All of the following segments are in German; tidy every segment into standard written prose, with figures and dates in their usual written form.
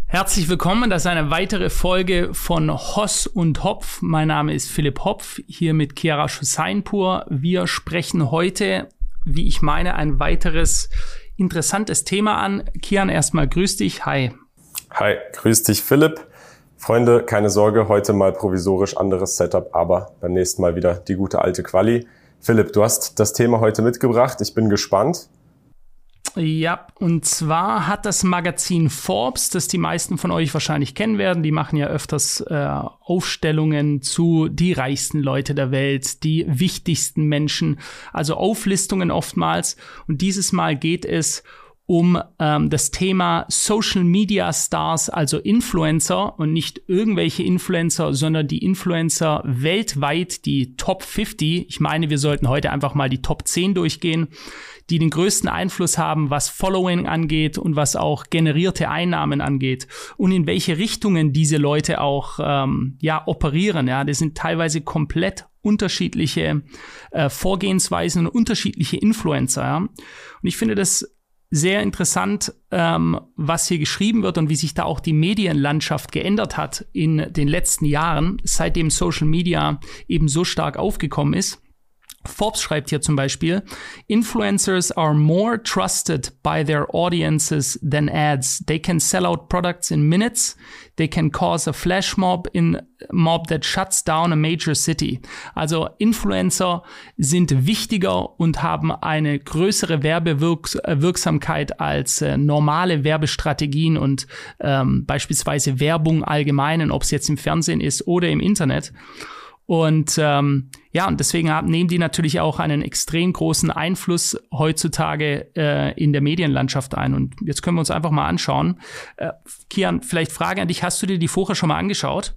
Herzlich willkommen, das ist eine weitere Folge von Hoss und Hopf. Mein Name ist Philipp Hopf, hier mit Kiara Hussainpur. Wir sprechen heute, wie ich meine, ein weiteres interessantes Thema an. Kian, erstmal grüß dich, hi. Hi, grüß dich Philipp. Freunde, keine Sorge, heute mal provisorisch anderes Setup, aber beim nächsten Mal wieder die gute alte Quali. Philipp, du hast das Thema heute mitgebracht, ich bin gespannt. Ja, und zwar hat das Magazin Forbes, das die meisten von euch wahrscheinlich kennen werden, die machen ja öfters Aufstellungen zu die reichsten Leute der Welt, die wichtigsten Menschen, also Auflistungen oftmals. Und dieses Mal geht es um das Thema Social Media Stars, also Influencer und nicht irgendwelche Influencer, sondern die Influencer weltweit, die Top 50. Ich meine, wir sollten heute einfach mal die Top 10 durchgehen, die den größten Einfluss haben, was Following angeht und was auch generierte Einnahmen angeht und in welche Richtungen diese Leute auch operieren. Ja, das sind teilweise komplett unterschiedliche Vorgehensweisen und unterschiedliche Influencer. Ja. Und ich finde das sehr interessant, was hier geschrieben wird und wie sich da auch die Medienlandschaft geändert hat in den letzten Jahren, seitdem Social Media eben so stark aufgekommen ist. Forbes schreibt hier zum Beispiel, Influencers are more trusted by their audiences than ads. They can sell out products in minutes. They can cause a flash mob that shuts down a major city. Also Influencer sind wichtiger und haben eine größere Werbewirksamkeit als normale Werbestrategien und beispielsweise Werbung allgemein, ob es jetzt im Fernsehen ist oder im Internet. Und und deswegen nehmen die natürlich auch einen extrem großen Einfluss heutzutage in der Medienlandschaft ein. Und jetzt können wir uns einfach mal anschauen. Kian, vielleicht Frage an dich, hast du dir die vorher schon mal angeschaut?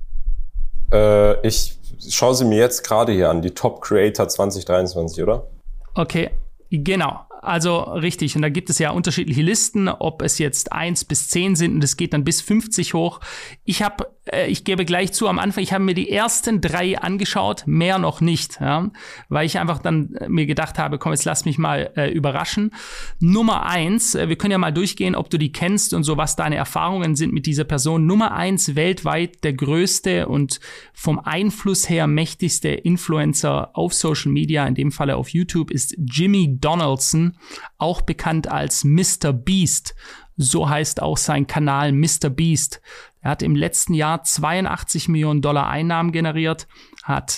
Ich schaue sie mir jetzt gerade hier an, die Top Creator 2023, oder? Okay, genau. Also richtig, und da gibt es ja unterschiedliche Listen, ob es jetzt 1 bis 10 sind und das geht dann bis 50 hoch. Ich gebe gleich zu, am Anfang, ich habe mir die ersten 3 angeschaut, mehr noch nicht, ja, weil ich einfach dann mir gedacht habe, komm, jetzt lass mich mal überraschen. Nummer 1, wir können ja mal durchgehen, ob du die kennst und so, was deine Erfahrungen sind mit dieser Person. Nummer 1, weltweit der größte und vom Einfluss her mächtigste Influencer auf Social Media, in dem Falle auf YouTube, ist Jimmy Donaldson, auch bekannt als Mr. Beast. So heißt auch sein Kanal Mr. Beast. Er hat im letzten Jahr $82 Millionen Einnahmen generiert, hat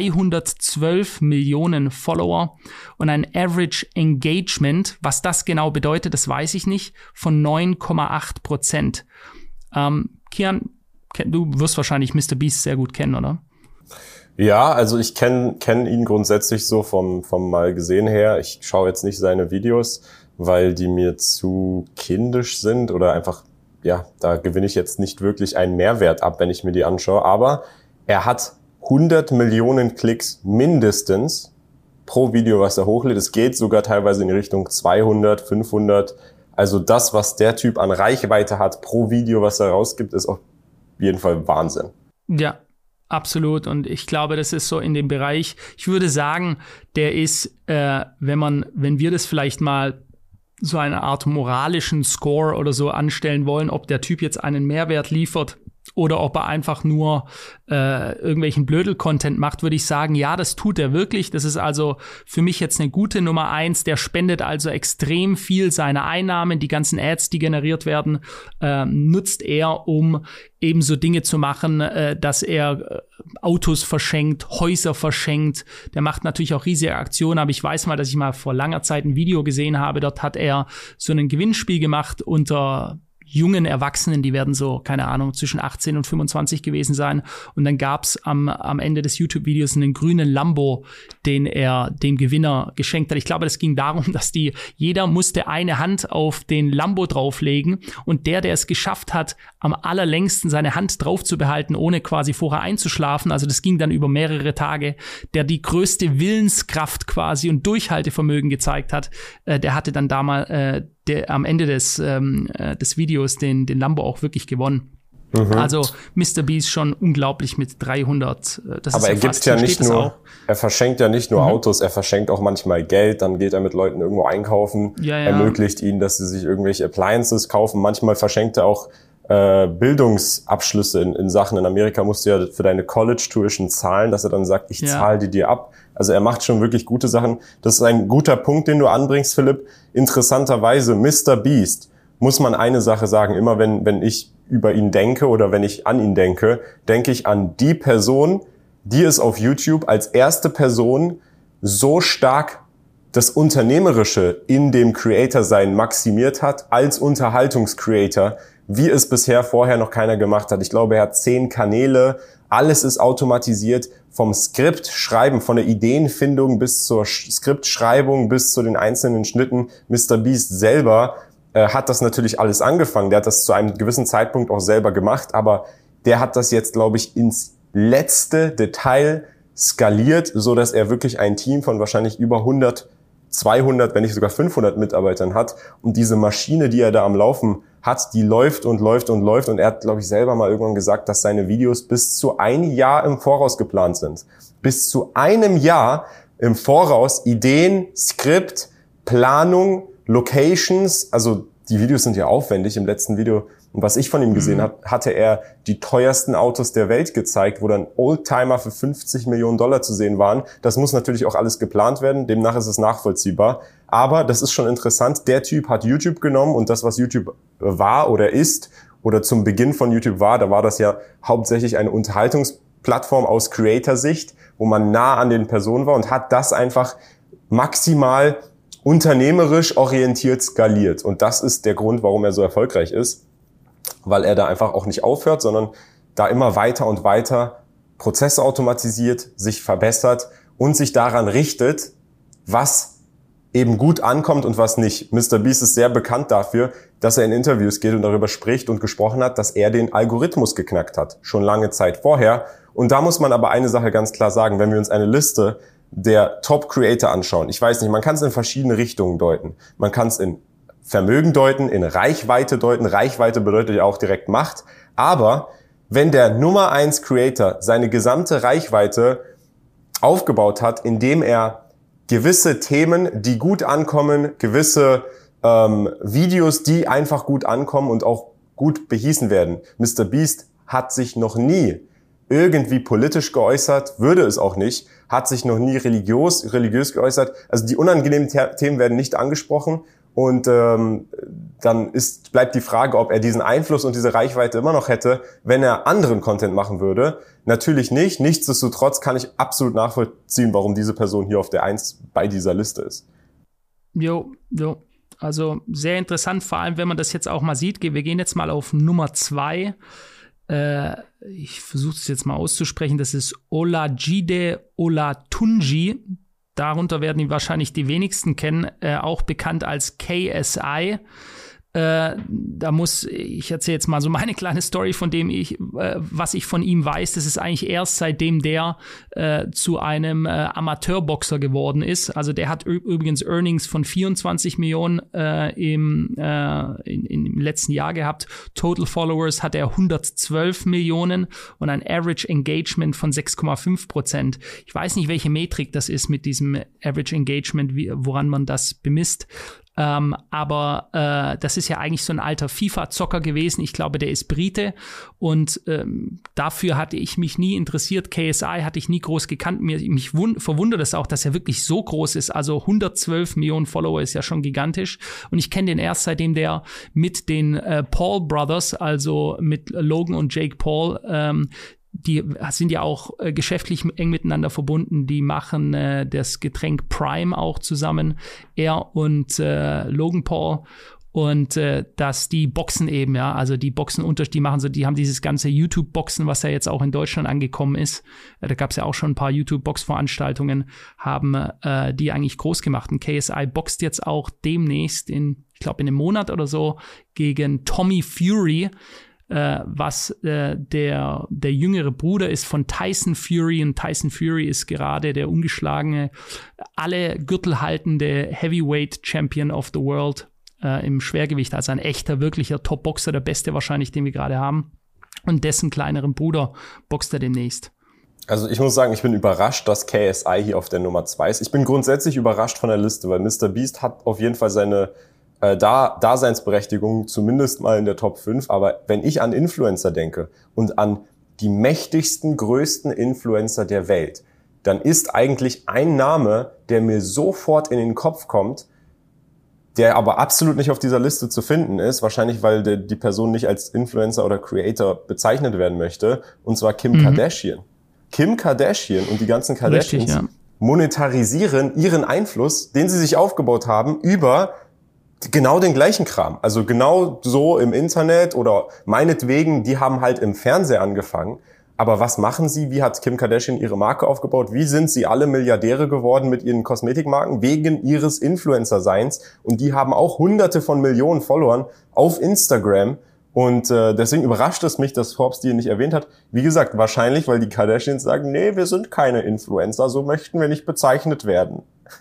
312 Millionen Follower und ein Average Engagement, was das genau bedeutet, das weiß ich nicht, von 9,8%. Kian, du wirst wahrscheinlich Mr. Beast sehr gut kennen, oder? Ja, also ich kenn ihn grundsätzlich so vom mal gesehen her. Ich schaue jetzt nicht seine Videos, weil die mir zu kindisch sind oder einfach, ja, da gewinne ich jetzt nicht wirklich einen Mehrwert ab, wenn ich mir die anschaue. Aber er hat 100 Millionen Klicks mindestens pro Video, was er hochlädt. Es geht sogar teilweise in die Richtung 200, 500. Also das, was der Typ an Reichweite hat pro Video, was er rausgibt, ist auf jeden Fall Wahnsinn. Ja. Absolut, und ich glaube, das ist so in dem Bereich, ich würde sagen, der ist, wenn wir das vielleicht mal so eine Art moralischen Score oder so anstellen wollen, ob der Typ jetzt einen Mehrwert liefert oder ob er einfach nur irgendwelchen Blödel-Content macht, würde ich sagen, ja, das tut er wirklich. Das ist also für mich jetzt eine gute Nummer 1. Der spendet also extrem viel seiner Einnahmen. Die ganzen Ads, die generiert werden, nutzt er, um eben so Dinge zu machen, dass er Autos verschenkt, Häuser verschenkt. Der macht natürlich auch riesige Aktionen, aber ich weiß mal, dass ich mal vor langer Zeit ein Video gesehen habe. Dort hat er so ein Gewinnspiel gemacht unter jungen Erwachsenen, die werden so, keine Ahnung, zwischen 18 und 25 gewesen sein. Und dann gab's am Ende des YouTube-Videos einen grünen Lambo, den er dem Gewinner geschenkt hat. Ich glaube, das ging darum, dass jeder musste eine Hand auf den Lambo drauflegen und der es geschafft hat, am allerlängsten seine Hand drauf zu behalten, ohne quasi vorher einzuschlafen. Also das ging dann über mehrere Tage. Der die größte Willenskraft quasi und Durchhaltevermögen gezeigt hat, der hatte dann damals am Ende des Videos den Lambo auch wirklich gewonnen. Mhm. Also Mr. Beast schon unglaublich mit 300. Aber er gibt ja nicht nur, er verschenkt ja nicht nur Autos, er verschenkt auch manchmal Geld, dann geht er mit Leuten irgendwo einkaufen, ermöglicht ihnen, dass sie sich irgendwelche Appliances kaufen. Manchmal verschenkt er auch Bildungsabschlüsse in Sachen. In Amerika musst du ja für deine College-Tuition zahlen, dass er dann sagt, ich zahle die dir ab. Also er macht schon wirklich gute Sachen. Das ist ein guter Punkt, den du anbringst, Philipp. Interessanterweise, Mr. Beast, muss man eine Sache sagen. Immer wenn ich über ihn denke oder wenn ich an ihn denke, denke ich an die Person, die es auf YouTube als erste Person so stark das Unternehmerische in dem Creator-Sein maximiert hat, als Unterhaltungscreator, wie es bisher vorher noch keiner gemacht hat. Ich glaube, er hat 10 Kanäle, alles ist automatisiert, vom Skriptschreiben, von der Ideenfindung bis zur Skriptschreibung, bis zu den einzelnen Schnitten. Mr. Beast selber hat das natürlich alles angefangen. Der hat das zu einem gewissen Zeitpunkt auch selber gemacht, aber der hat das jetzt, glaube ich, ins letzte Detail skaliert, so dass er wirklich ein Team von wahrscheinlich über 100, 200, wenn nicht sogar 500 Mitarbeitern hat. Und diese Maschine, die er da am Laufen hat, die läuft und läuft und läuft. Und er hat, glaube ich, selber mal irgendwann gesagt, dass seine Videos bis zu ein Jahr im Voraus geplant sind. Bis zu einem Jahr im Voraus Ideen, Skript, Planung, Locations. Also die Videos sind ja aufwendig. Im letzten Video, und was ich von ihm gesehen habe, hatte er die teuersten Autos der Welt gezeigt, wo dann Oldtimer für $50 Millionen zu sehen waren. Das muss natürlich auch alles geplant werden, demnach ist es nachvollziehbar. Aber das ist schon interessant, der Typ hat YouTube genommen und das, was YouTube war oder ist, oder zum Beginn von YouTube war, da war das ja hauptsächlich eine Unterhaltungsplattform aus Creator-Sicht, wo man nah an den Personen war und hat das einfach maximal unternehmerisch orientiert skaliert. Und das ist der Grund, warum er so erfolgreich ist. Weil er da einfach auch nicht aufhört, sondern da immer weiter und weiter Prozesse automatisiert, sich verbessert und sich daran richtet, was eben gut ankommt und was nicht. Mr. Beast ist sehr bekannt dafür, dass er in Interviews geht und darüber spricht und gesprochen hat, dass er den Algorithmus geknackt hat, schon lange Zeit vorher. Und da muss man aber eine Sache ganz klar sagen, wenn wir uns eine Liste der Top-Creator anschauen, ich weiß nicht, man kann es in verschiedene Richtungen deuten. Man kann es in Vermögen deuten, in Reichweite deuten. Reichweite bedeutet ja auch direkt Macht. Aber wenn der Nummer 1 Creator seine gesamte Reichweite aufgebaut hat, indem er gewisse Themen, die gut ankommen, gewisse Videos, die einfach gut ankommen und auch gut behießen werden. Mr. Beast hat sich noch nie irgendwie politisch geäußert, würde es auch nicht, hat sich noch nie religiös geäußert. Also die unangenehmen Themen werden nicht angesprochen. Und dann bleibt die Frage, ob er diesen Einfluss und diese Reichweite immer noch hätte, wenn er anderen Content machen würde. Natürlich nicht. Nichtsdestotrotz kann ich absolut nachvollziehen, warum diese Person hier auf der 1 bei dieser Liste ist. Jo. Also sehr interessant, vor allem, wenn man das jetzt auch mal sieht. Wir gehen jetzt mal auf Nummer 2. Ich versuche es jetzt mal auszusprechen. Das ist Olajide Olatunji. Darunter werden ihn wahrscheinlich die wenigsten kennen, auch bekannt als KSI. Ich erzähle jetzt mal so meine kleine Story, von dem was ich von ihm weiß. Das ist eigentlich erst seitdem der zu einem Amateurboxer geworden ist. Also der hat übrigens Earnings von 24 Millionen im letzten Jahr gehabt. Total Followers hat er 112 Millionen und ein Average Engagement von 6,5%. Ich weiß nicht, welche Metrik das ist mit diesem Average Engagement, woran man das bemisst. Aber das ist ja eigentlich so ein alter FIFA-Zocker gewesen. Ich glaube, der ist Brite und dafür hatte ich mich nie interessiert. KSI hatte ich nie groß gekannt. Mich verwundert es auch, dass er wirklich so groß ist. Also 112 Millionen Follower ist ja schon gigantisch. Und ich kenne den erst, seitdem der mit den Paul Brothers, also mit Logan und Jake Paul, die sind ja auch geschäftlich eng miteinander verbunden. Die machen das Getränk Prime auch zusammen, er und Logan Paul. Und dass die boxen eben, ja, also die boxen die haben dieses ganze YouTube-Boxen, was ja jetzt auch in Deutschland angekommen ist. Da gab es ja auch schon ein paar YouTube-Box-Veranstaltungen, haben die eigentlich groß gemacht. Und KSI boxt jetzt auch demnächst ich glaube in einem Monat oder so, gegen Tommy Fury, was der jüngere Bruder ist von Tyson Fury, und Tyson Fury ist gerade der ungeschlagene, alle Gürtel haltende Heavyweight Champion of the World im Schwergewicht, also ein echter, wirklicher Top-Boxer, der beste wahrscheinlich, den wir gerade haben, und dessen kleineren Bruder boxt er demnächst. Also ich muss sagen, ich bin überrascht, dass KSI hier auf der Nummer 2 ist. Ich bin grundsätzlich überrascht von der Liste, weil Mr. Beast hat auf jeden Fall seine Daseinsberechtigung, zumindest mal in der Top 5. Aber wenn ich an Influencer denke und an die mächtigsten, größten Influencer der Welt, dann ist eigentlich ein Name, der mir sofort in den Kopf kommt, der aber absolut nicht auf dieser Liste zu finden ist, wahrscheinlich weil die Person nicht als Influencer oder Creator bezeichnet werden möchte, und zwar Kim Kardashian. Kim Kardashian und die ganzen Kardashians monetarisieren ihren Einfluss, den sie sich aufgebaut haben, über genau den gleichen Kram. Also genau so im Internet oder meinetwegen, die haben halt im Fernseher angefangen. Aber was machen sie? Wie hat Kim Kardashian ihre Marke aufgebaut? Wie sind sie alle Milliardäre geworden mit ihren Kosmetikmarken? Wegen ihres Influencer-Seins. Und die haben auch hunderte von Millionen Followern auf Instagram. Und deswegen überrascht es mich, dass Forbes die nicht erwähnt hat. Wie gesagt, wahrscheinlich, weil die Kardashians sagen, nee, wir sind keine Influencer, so möchten wir nicht bezeichnet werden.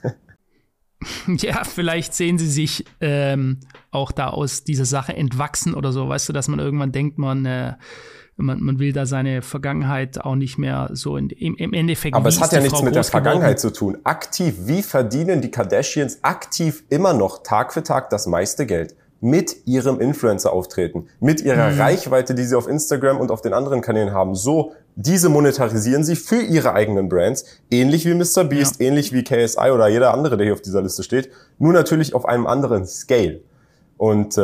Ja, vielleicht sehen sie sich auch da aus dieser Sache entwachsen oder so. Weißt du, dass man irgendwann denkt, man will da seine Vergangenheit auch nicht mehr so im Endeffekt. Aber es hat ja nichts mit der Vergangenheit zu tun. Aktiv, wie verdienen die Kardashians aktiv immer noch Tag für Tag das meiste Geld? Mit ihrem Influencer-Auftreten, mit ihrer Reichweite, die sie auf Instagram und auf den anderen Kanälen haben. So, diese monetarisieren sie für ihre eigenen Brands, ähnlich wie Mr. Beast, ähnlich wie KSI oder jeder andere, der hier auf dieser Liste steht, nur natürlich auf einem anderen Scale. Und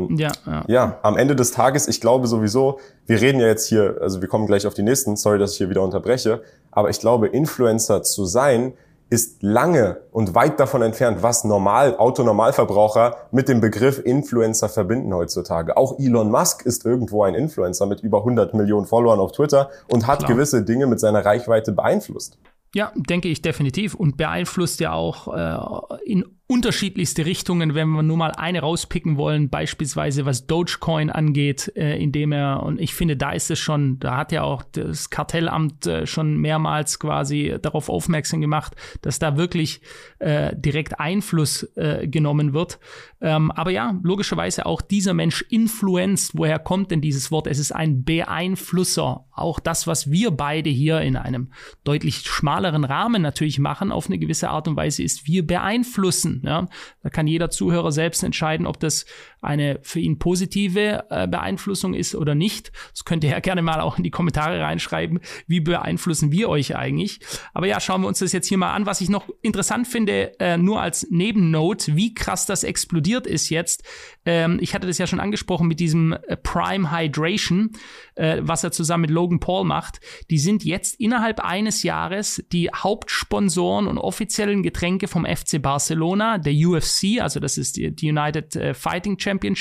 am Ende des Tages, ich glaube sowieso, wir reden ja jetzt hier, also wir kommen gleich auf die nächsten, sorry, dass ich hier wieder unterbreche, aber ich glaube, Influencer zu sein, ist lange und weit davon entfernt, was Autonormalverbraucher mit dem Begriff Influencer verbinden heutzutage. Auch Elon Musk ist irgendwo ein Influencer mit über 100 Millionen Followern auf Twitter und hat gewisse Dinge mit seiner Reichweite beeinflusst. Ja, denke ich definitiv, und beeinflusst ja auch in unterschiedlichste Richtungen, wenn wir nur mal eine rauspicken wollen, beispielsweise was Dogecoin angeht, indem und ich finde, da ist es schon, da hat ja auch das Kartellamt schon mehrmals quasi darauf aufmerksam gemacht, dass da wirklich direkt Einfluss genommen wird. Aber ja, logischerweise auch dieser Mensch influenzt. Woher kommt denn dieses Wort? Es ist ein Beeinflusser. Auch das, was wir beide hier in einem deutlich schmaleren Rahmen natürlich machen, auf eine gewisse Art und Weise, ist, wir beeinflussen. Ja, da kann jeder Zuhörer selbst entscheiden, ob das eine für ihn positive Beeinflussung ist oder nicht. Das könnt ihr ja gerne mal auch in die Kommentare reinschreiben. Wie beeinflussen wir euch eigentlich? Aber ja, schauen wir uns das jetzt hier mal an. Was ich noch interessant finde, nur als Nebennote, wie krass das explodiert ist jetzt. Ich hatte das ja schon angesprochen mit diesem Prime Hydration, was er zusammen mit Logan Paul macht. Die sind jetzt innerhalb eines Jahres die Hauptsponsoren und offiziellen Getränke vom FC Barcelona, der UFC, also das ist die Ultimate Fighting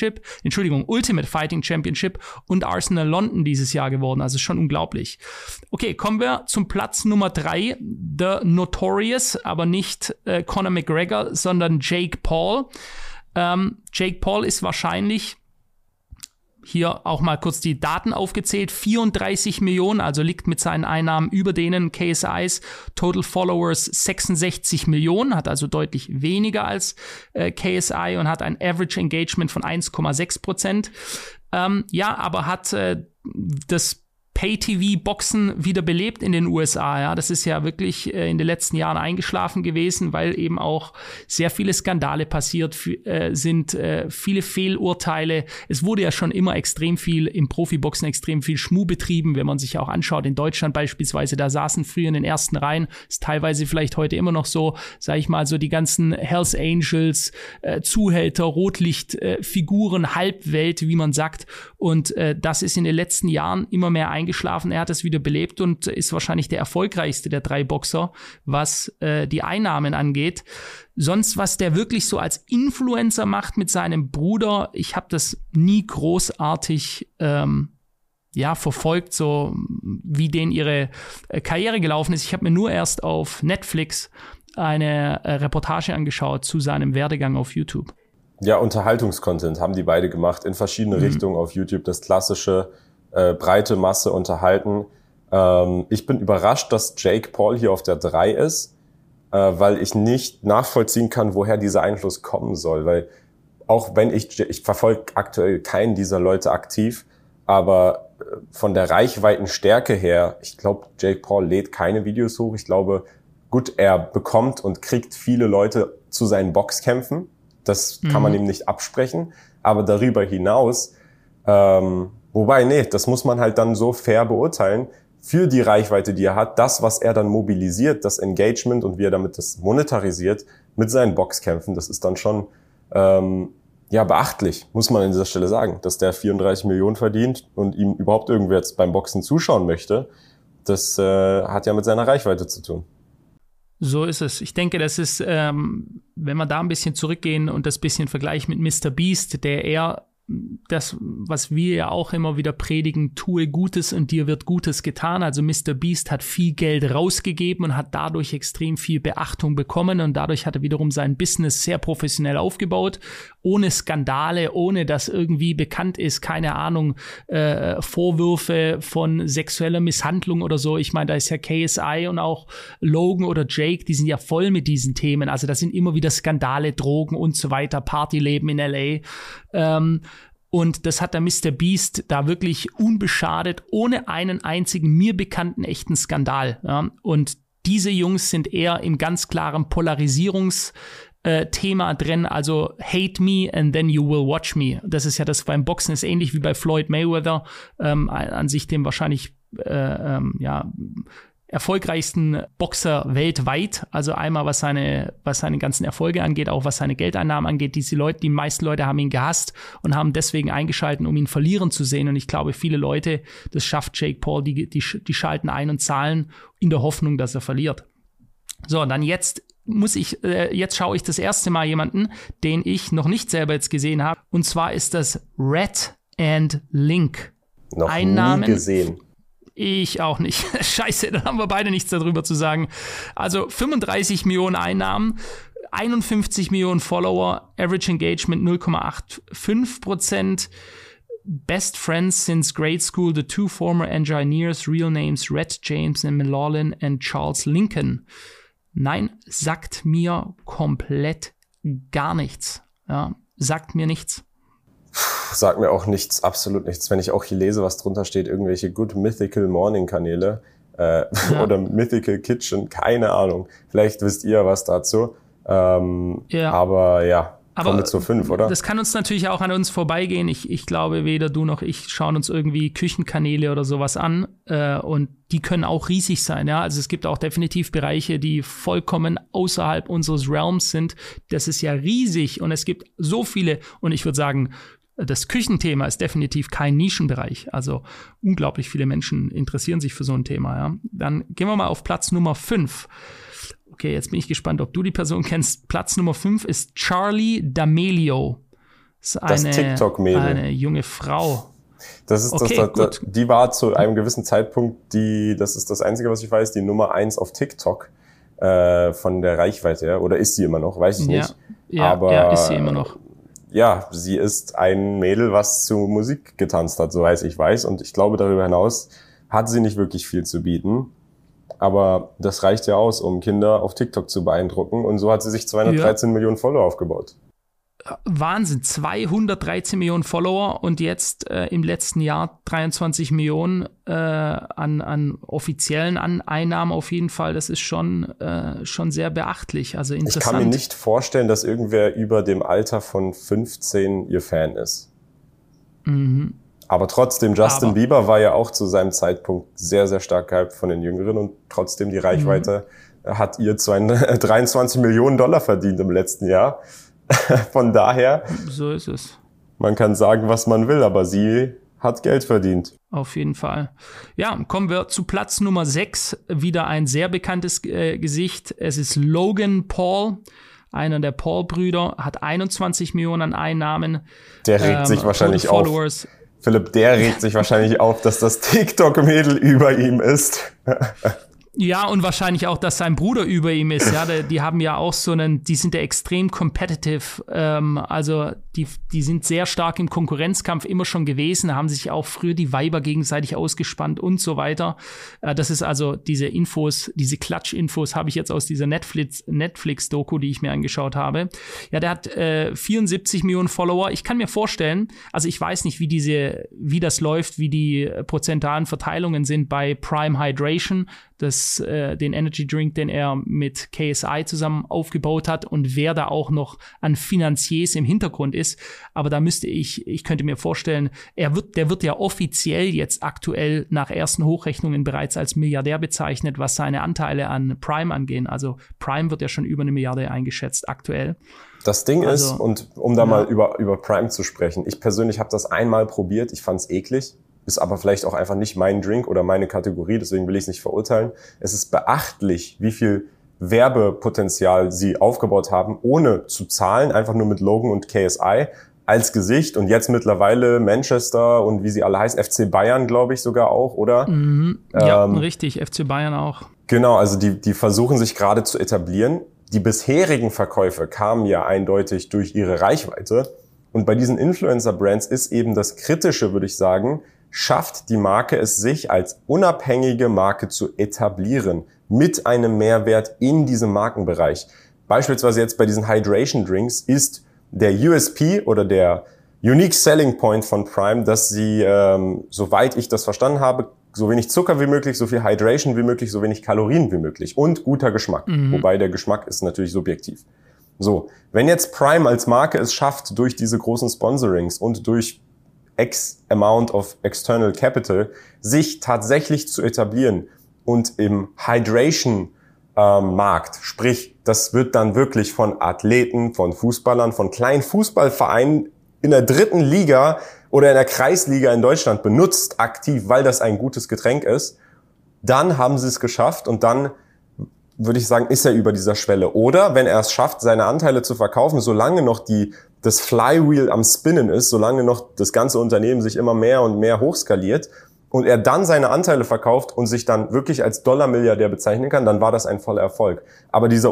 Championship und Arsenal London dieses Jahr geworden. Also schon unglaublich. Okay, kommen wir zum Platz Nummer 3, The Notorious, aber nicht Conor McGregor, sondern Jake Paul. Jake Paul ist wahrscheinlich, hier auch mal kurz die Daten aufgezählt, 34 Millionen, also liegt mit seinen Einnahmen über denen KSIs. Total Followers 66 Millionen, hat also deutlich weniger als KSI und hat ein Average Engagement von 1,6%. Aber hat das Pay-TV-Boxen wieder belebt in den USA. Ja, das ist ja wirklich in den letzten Jahren eingeschlafen gewesen, weil eben auch sehr viele Skandale passiert sind, viele Fehlurteile. Es wurde ja schon immer extrem viel im Profiboxen, extrem viel Schmuh betrieben, wenn man sich auch anschaut. In Deutschland beispielsweise, da saßen früher in den ersten Reihen, ist teilweise vielleicht heute immer noch so, sag ich mal, so die ganzen Hells Angels, Zuhälter, Rotlichtfiguren, Halbwelt, wie man sagt. Und das ist in den letzten Jahren immer mehr eingeschlafen. Er hat es wieder belebt und ist wahrscheinlich der erfolgreichste der 3 Boxer, was die Einnahmen angeht. Sonst, was der wirklich so als Influencer macht mit seinem Bruder, ich habe das nie großartig verfolgt, so wie denen ihre Karriere gelaufen ist. Ich habe mir nur erst auf Netflix eine Reportage angeschaut zu seinem Werdegang auf YouTube. Ja, Unterhaltungscontent haben die beide gemacht in verschiedene Richtungen auf YouTube. Das klassische breite Masse unterhalten. Ich bin überrascht, dass Jake Paul hier auf der 3 ist, weil ich nicht nachvollziehen kann, woher dieser Einfluss kommen soll. Weil auch wenn ich verfolge aktuell keinen dieser Leute aktiv, aber von der Reichweitenstärke her, ich glaube, Jake Paul lädt keine Videos hoch. Ich glaube, gut, er bekommt und kriegt viele Leute zu seinen Boxkämpfen. Das kann man ihm nicht absprechen. Aber darüber hinaus, das muss man halt dann so fair beurteilen, für die Reichweite, die er hat, das, was er dann mobilisiert, das Engagement und wie er damit das monetarisiert mit seinen Boxkämpfen, das ist dann schon beachtlich, muss man an dieser Stelle sagen, dass der 34 Millionen verdient und ihm überhaupt irgendwer jetzt beim Boxen zuschauen möchte, das hat ja mit seiner Reichweite zu tun. So ist es. Ich denke, das ist, wenn wir da ein bisschen zurückgehen und das bisschen vergleichen mit Mr. Beast, der eher das, was wir ja auch immer wieder predigen, tue Gutes und dir wird Gutes getan. Also Mr. Beast hat viel Geld rausgegeben und hat dadurch extrem viel Beachtung bekommen und dadurch hat er wiederum sein Business sehr professionell aufgebaut, ohne Skandale, ohne dass irgendwie bekannt ist, keine Ahnung, Vorwürfe von sexueller Misshandlung oder so. Ich meine, da ist ja KSI und auch Logan oder Jake, die sind ja voll mit diesen Themen. Also da sind immer wieder Skandale, Drogen und so weiter, Partyleben in LA. Und das hat der Mr. Beast da wirklich unbeschadet, ohne einen einzigen mir bekannten echten Skandal. Ja? Und diese Jungs sind eher im ganz klaren Polarisierungsthema drin, also hate me and then you will watch me. Das ist ja das beim Boxen, ist ähnlich wie bei Floyd Mayweather, an sich dem wahrscheinlich erfolgreichsten Boxer weltweit, also einmal was seine ganzen Erfolge angeht, auch was seine Geldeinnahmen angeht. Die meisten Leute haben ihn gehasst und haben deswegen eingeschaltet, um ihn verlieren zu sehen. Und ich glaube, viele Leute, das schafft Jake Paul, die schalten ein und zahlen in der Hoffnung, dass er verliert. So, dann jetzt schaue ich das erste Mal jemanden, den ich noch nicht selber jetzt gesehen habe. Und zwar ist das Rhett and Link. Noch nie gesehen. Ich auch nicht. Scheiße, dann haben wir beide nichts darüber zu sagen. Also 35 Millionen Einnahmen, 51 Millionen Follower, Average Engagement 0,85%. Best friends since grade school, the two former engineers, real names Rhett James and Millolin and Charles Lincoln. Nein, sagt mir komplett gar nichts. Ja, sagt mir nichts. Sagt mir auch nichts, absolut nichts. Wenn ich auch hier lese, was drunter steht, irgendwelche Good Mythical Morning Kanäle oder Mythical Kitchen, keine Ahnung. Vielleicht wisst ihr was dazu. Aber ja, kommen wir zur 5, oder? Das kann uns natürlich auch an uns vorbeigehen. Ich glaube, weder du noch ich schauen uns irgendwie Küchenkanäle oder sowas an. Und die können auch riesig sein. Ja? Also es gibt auch definitiv Bereiche, die vollkommen außerhalb unseres Realms sind. Das ist ja riesig und es gibt so viele. Und ich würde sagen, das Küchenthema ist definitiv kein Nischenbereich. Also unglaublich viele Menschen interessieren sich für so ein Thema. Ja? Dann gehen wir mal auf Platz Nummer 5. Okay, jetzt bin ich gespannt, ob du die Person kennst. Platz Nummer 5 ist Charli D'Amelio. Das ist TikTok-Mädel. Eine junge Frau. Das ist die war zu einem gewissen Zeitpunkt das ist das Einzige, was ich weiß, die Nummer 1 auf TikTok von der Reichweite her. Oder ist sie immer noch? Weiß ich nicht. Ja, ist sie immer noch. Ja, sie ist ein Mädel, was zu Musik getanzt hat, soweit ich weiß. Und ich glaube, darüber hinaus hat sie nicht wirklich viel zu bieten. Aber das reicht ja aus, um Kinder auf TikTok zu beeindrucken. Und so hat sie sich 213 Millionen Follower aufgebaut. Wahnsinn, 213 Millionen Follower und jetzt im letzten Jahr 23 Millionen an offiziellen Einnahmen auf jeden Fall. Das ist schon sehr beachtlich, also interessant. Ich kann mir nicht vorstellen, dass irgendwer über dem Alter von 15 ihr Fan ist. Mhm. Aber trotzdem, Justin Bieber war ja auch zu seinem Zeitpunkt sehr, sehr stark gehypt von den Jüngeren und trotzdem die Reichweite hat ihr 23 Millionen Dollar verdient im letzten Jahr. Von daher, so ist es. Man kann sagen, was man will, aber sie hat Geld verdient. Auf jeden Fall. Ja, kommen wir zu Platz Nummer 6. Wieder ein sehr bekanntes Gesicht. Es ist Logan Paul. Einer der Paul-Brüder, hat 21 Millionen an Einnahmen. Der regt sich wahrscheinlich auf. Philipp, der regt sich wahrscheinlich auf, dass das TikTok-Mädel über ihm ist. Ja, und wahrscheinlich auch, dass sein Bruder über ihm ist. Ja, die haben ja auch die sind ja extrem competitive. Also die sind sehr stark im Konkurrenzkampf immer schon gewesen, haben sich auch früher die Weiber gegenseitig ausgespannt und so weiter. Das ist also diese Klatsch-Infos habe ich jetzt aus dieser Netflix-Doku, die ich mir angeschaut habe. Ja, der hat 74 Millionen Follower. Ich kann mir vorstellen, also ich weiß nicht, wie das läuft, wie die prozentualen Verteilungen sind bei Prime Hydration. Das den Energy Drink, den er mit KSI zusammen aufgebaut hat und wer da auch noch an Finanziers im Hintergrund ist. Aber da ich könnte mir vorstellen, der wird ja offiziell jetzt aktuell nach ersten Hochrechnungen bereits als Milliardär bezeichnet, was seine Anteile an Prime angehen. Also Prime wird ja schon über 1 Milliarde eingeschätzt aktuell. Das Ding ist, und um da mal über Prime zu sprechen, ich persönlich habe das einmal probiert, ich fand's eklig, ist aber vielleicht auch einfach nicht mein Drink oder meine Kategorie, deswegen will ich es nicht verurteilen. Es ist beachtlich, wie viel Werbepotenzial sie aufgebaut haben, ohne zu zahlen, einfach nur mit Logan und KSI als Gesicht und jetzt mittlerweile Manchester und wie sie alle heißen, FC Bayern, glaube ich sogar auch, oder? Ja, richtig, FC Bayern auch. Genau, also die versuchen sich gerade zu etablieren. Die bisherigen Verkäufe kamen ja eindeutig durch ihre Reichweite. Und bei diesen Influencer-Brands ist eben das Kritische, würde ich sagen, schafft die Marke es sich als unabhängige Marke zu etablieren mit einem Mehrwert in diesem Markenbereich. Beispielsweise jetzt bei diesen Hydration Drinks ist der USP oder der Unique Selling Point von Prime, dass sie, soweit ich das verstanden habe, so wenig Zucker wie möglich, so viel Hydration wie möglich, so wenig Kalorien wie möglich und guter Geschmack. Wobei der Geschmack ist natürlich subjektiv. So, wenn jetzt Prime als Marke es schafft, durch diese großen Sponsorings und durch X Amount of External Capital sich tatsächlich zu etablieren und im Hydration Markt, sprich, das wird dann wirklich von Athleten, von Fußballern, von kleinen Fußballvereinen in der 3. Liga oder in der Kreisliga in Deutschland benutzt, aktiv, weil das ein gutes Getränk ist, dann haben sie es geschafft und dann würde ich sagen, ist er über dieser Schwelle. Oder wenn er es schafft, seine Anteile zu verkaufen, solange noch das Flywheel am Spinnen ist, solange noch das ganze Unternehmen sich immer mehr und mehr hochskaliert und er dann seine Anteile verkauft und sich dann wirklich als Dollar-Milliardär bezeichnen kann, dann war das ein voller Erfolg. Aber diese